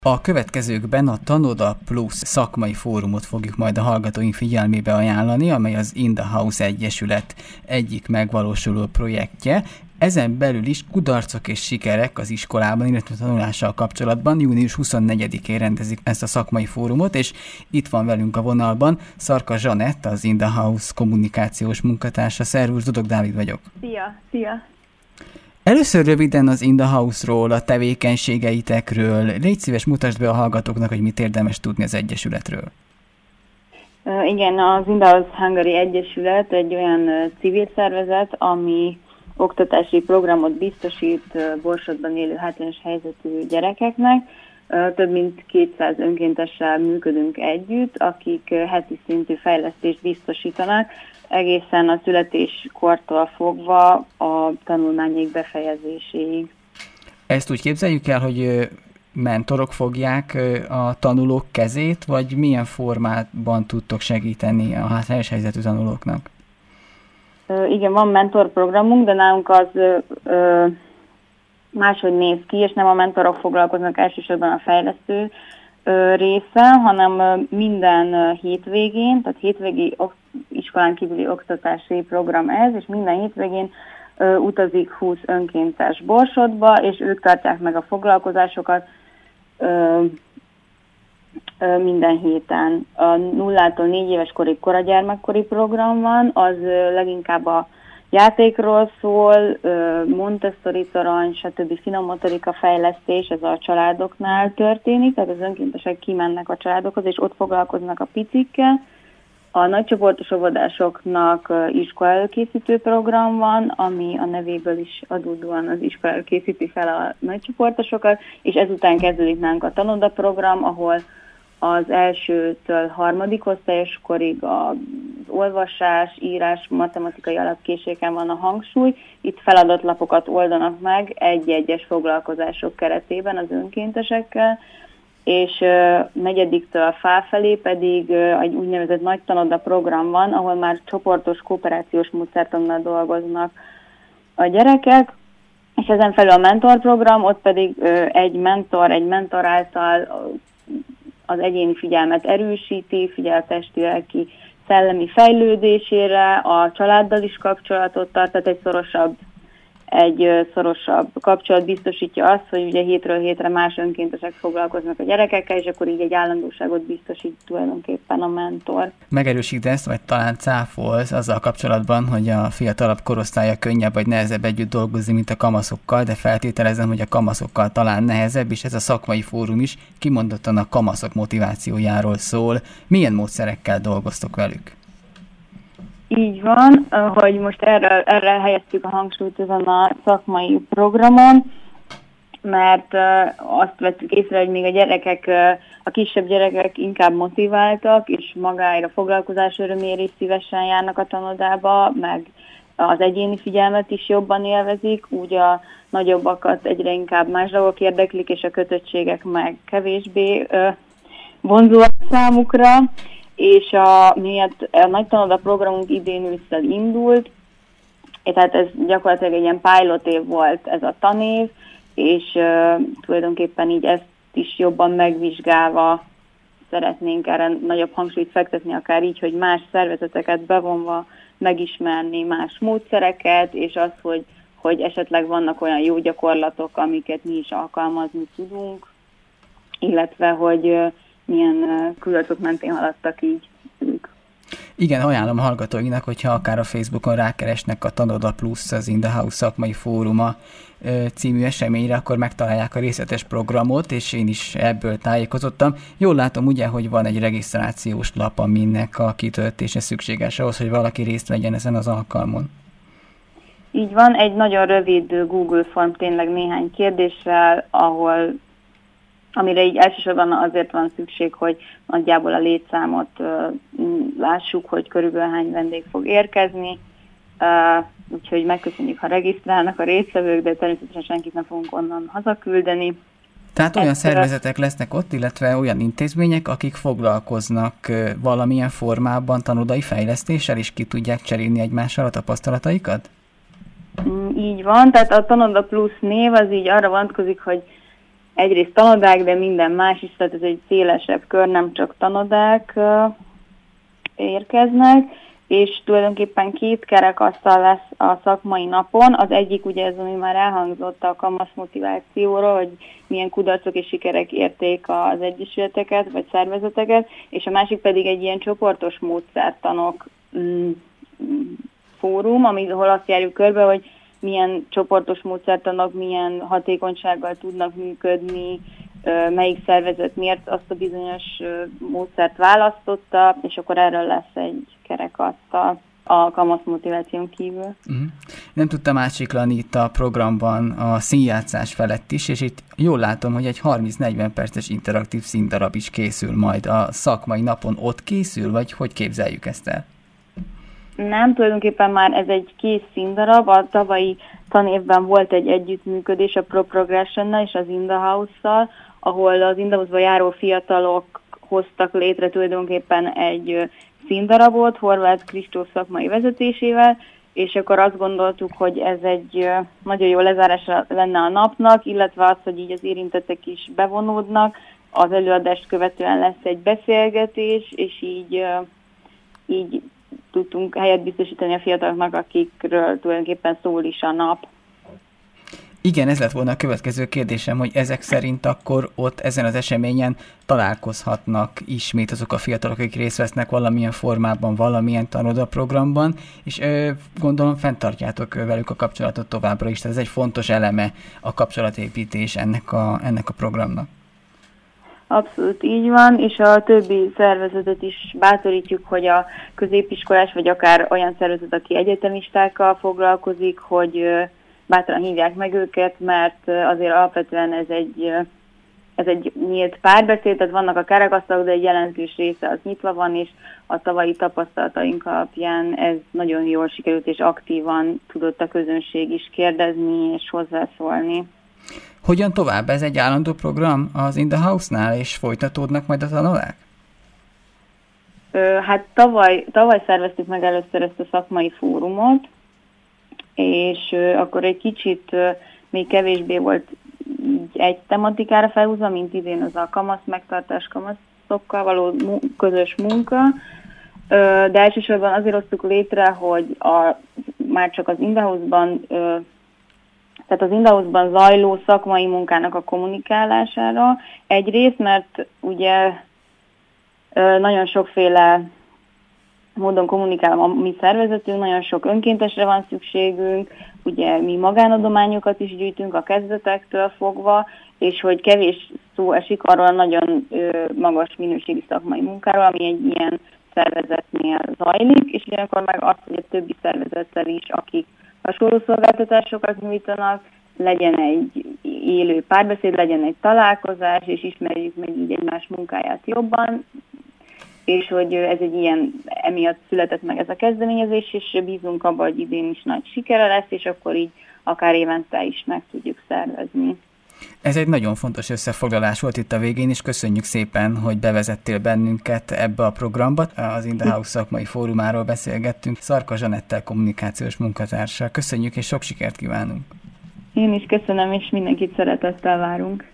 A következőkben a Tanoda Plus szakmai fórumot fogjuk majd a hallgatóink figyelmébe ajánlani, amely az In the House Egyesület egyik megvalósuló projektje. Ezen belül is kudarcok és sikerek az iskolában, illetve tanulással kapcsolatban június 24-én rendezik ezt a szakmai fórumot, és itt van velünk a vonalban Szarka Zsanett, az In the House kommunikációs munkatársa. Szervusz, Dudok Dávid vagyok. Szia! Először röviden az In the House-ról, a tevékenységeitekről. Légy szíves, mutasd be a hallgatóknak, hogy mit érdemes tudni az Egyesületről. Igen, az In the House Hungary Egyesület egy olyan civil szervezet, ami oktatási programot biztosít Borsodban élő hátrányos helyzetű gyerekeknek. Több mint 200 önkéntessel működünk együtt, akik heti szintű fejlesztést biztosítanak, egészen a születéskortól fogva a tanulmányaik befejezéséig. Ezt úgy képzeljük el, hogy mentorok fogják a tanulók kezét, vagy milyen formában tudtok segíteni a hátrányos helyzetű tanulóknak? Igen, van mentorprogramunk, de nálunk az máshogy néz ki, és nem a mentorok foglalkoznak elsősorban a fejlesztő része, hanem minden hétvégén, tehát hétvégi iskolán kívüli oktatási program ez, és minden hétvégén utazik 20 önkéntes Borsodba, és ők tartják meg a foglalkozásokat minden héten. A 0-tól 4 éves korig koragyermekkori program van, az leginkább a játékról szól, Montessori torony, stb. Finom motorika fejlesztés, ez a családoknál történik, tehát az önkéntesek kimennek a családokhoz, és ott foglalkoznak a picikkel. A nagycsoportos óvodásoknak iskola előkészítő program van, ami a nevéből is adódóan az iskola előkészíti fel a nagycsoportosokat, és ezután kezdődik nálunk a Tanoda program, ahol az elsőtől harmadik osztályos korig az olvasás, írás, matematikai alapkészségeken van a hangsúly. Itt feladatlapokat oldanak meg egy-egyes foglalkozások keretében az önkéntesekkel, és negyediktől felfelé pedig egy úgynevezett nagy tanoda program van, ahol már csoportos kooperációs módszertannal dolgoznak a gyerekek, és ezen felül a mentorprogram, ott pedig egy mentor által az egyéni figyelmet erősíti, figyel a testi-lelki szellemi fejlődésére, a családdal is kapcsolatot tart, tehát egy szorosabb kapcsolat biztosítja azt, hogy ugye hétről hétre más önkéntesek foglalkoznak a gyerekekkel, és akkor így egy állandóságot biztosít tulajdonképpen a mentor. Megerősíted ezt, vagy talán cáfolsz azzal kapcsolatban, hogy a fiatalabb korosztálya könnyebb vagy nehezebb együtt dolgozni, mint a kamaszokkal, de feltételezem, hogy a kamaszokkal talán nehezebb, és ez a szakmai fórum is kimondottan a kamaszok motivációjáról szól. Milyen módszerekkel dolgoztok velük? Így van, hogy most erre helyeztük a hangsúlyt ezen a szakmai programon, mert azt vettük észre, hogy még a kisebb gyerekek inkább motiváltak, és magára foglalkozás örömére is szívesen járnak a tanodába, meg az egyéni figyelmet is jobban élvezik, úgy a nagyobbakat egyre inkább más dolgok érdeklik, és a kötöttségek meg kevésbé vonzóak számukra. És a nagy tanoda programunk idén ősszel indult, tehát ez gyakorlatilag egy ilyen pilot év volt ez a tanév, és tulajdonképpen így ezt is jobban megvizsgálva szeretnénk erre nagyobb hangsúlyt fektetni, akár így, hogy más szervezeteket bevonva megismerni más módszereket, és az, hogy esetleg vannak olyan jó gyakorlatok, amiket mi is alkalmazni tudunk, illetve hogy milyen küldetők mentén haladtak így ők. Igen, ajánlom a hallgatóinak, hogyha akár a Facebookon rákeresnek a Tanoda Plus, az In the House szakmai fóruma című eseményre, akkor megtalálják a részletes programot, és én is ebből tájékozottam. Jól látom ugye, hogy van egy regisztrációs lap, aminek a kitöltése szükséges ahhoz, hogy valaki részt vegyen ezen az alkalmon. Így van, egy nagyon rövid Google form, tényleg néhány kérdéssel, amire így elsősorban azért van szükség, hogy nagyjából a létszámot lássuk, hogy körülbelül hány vendég fog érkezni. Úgyhogy megköszönjük, ha regisztrálnak a résztvevők, de természetesen senkit nem fogunk onnan hazaküldeni. Tehát olyan szervezetek lesznek ott, illetve olyan intézmények, akik foglalkoznak valamilyen formában tanodai fejlesztéssel, és ki tudják cserélni egymással a tapasztalataikat? Így van, tehát a Tanoda Plus név az így arra vonatkozik, hogy egyrészt tanodák, de minden más is, tehát ez egy szélesebb kör, nem csak tanodák érkeznek, és tulajdonképpen 2 kerekasztal lesz a szakmai napon. Az egyik ugye ez, ami már elhangzott a kamasz motivációról, hogy milyen kudarcok és sikerek érték az egyesületeket vagy szervezeteket, és a másik pedig egy ilyen csoportos módszertanok fórum, ahol azt járjuk körbe, hogy milyen csoportos módszertanok, milyen hatékonysággal tudnak működni, melyik szervezet miért azt a bizonyos módszert választotta, és akkor erről lesz egy kerekasztal a kamasz motiváción kívül. Nem tudtam átsiklani itt a programban a színjátszás felett is, és itt jól látom, hogy egy 30-40 perces interaktív színdarab is készül majd a szakmai napon. Ott készül, vagy hogy képzeljük ezt el? Nem, tulajdonképpen már ez egy kész színdarab. A tavalyi tanévben volt egy együttműködés a Pro Progressionnal és az In The House-szal, ahol az In The House-ba járó fiatalok hoztak létre tulajdonképpen egy színdarabot Horváth Kristóf szakmai vezetésével, és akkor azt gondoltuk, hogy ez egy nagyon jó lezárása lenne a napnak, illetve az, hogy így az érintettek is bevonódnak, az előadást követően lesz egy beszélgetés, és így tudtunk helyet biztosítani a fiataloknak, akikről tulajdonképpen szól is a nap. Igen, ez lett volna a következő kérdésem, hogy ezek szerint akkor ott ezen az eseményen találkozhatnak ismét azok a fiatalok, akik részt vesznek valamilyen formában, valamilyen tanodaprogramban, és gondolom fenntartjátok velük a kapcsolatot továbbra is. Tehát ez egy fontos eleme a kapcsolatépítés ennek a programnak. Abszolút így van, és a többi szervezetet is bátorítjuk, hogy a középiskolás, vagy akár olyan szervezet, aki egyetemistákkal foglalkozik, hogy bátran hívják meg őket, mert azért alapvetően ez egy nyílt párbeszéd, tehát vannak a kerekasztalok, de egy jelentős része az nyitva van, és a tavalyi tapasztalataink alapján ez nagyon jól sikerült, és aktívan tudott a közönség is kérdezni és hozzászólni. Hogyan tovább? Ez egy állandó program az In The House-nál, és folytatódnak majd a tanulák? Hát tavaly szerveztük meg először ezt a szakmai fórumot, és akkor egy kicsit még kevésbé volt egy tematikára felhúzva, mint idén az a kamasz megtartás, kamaszokkal való közös munka, de elsősorban azért hoztuk létre, hogy már csak az In The House-ban, tehát az In The House-ban zajló szakmai munkának a kommunikálására egyrészt, mert ugye nagyon sokféle módon kommunikál a mi szervezetünk, nagyon sok önkéntesre van szükségünk, ugye mi magánadományokat is gyűjtünk a kezdetektől fogva, és hogy kevés szó esik arról a nagyon magas minőségi szakmai munkáról, ami egy ilyen szervezetnél zajlik, és ilyenkor meg azt, hogy a többi szervezettel is, akik hasonló szolgáltatásokat nyújtanak, legyen egy élő párbeszéd, legyen egy találkozás, és ismerjük meg így egymás munkáját jobban, és hogy ez egy ilyen, emiatt született meg ez a kezdeményezés, és bízunk abban, hogy idén is nagy sikere lesz, és akkor így akár évente is meg tudjuk szervezni. Ez egy nagyon fontos összefoglalás volt itt a végén, és köszönjük szépen, hogy bevezettél bennünket ebbe a programba. Az In The House szakmai fórumáról beszélgettünk Szarka Zsanettel, kommunikációs munkatársal. Köszönjük, és sok sikert kívánunk! Én is köszönöm, és mindenkit szeretettel várunk.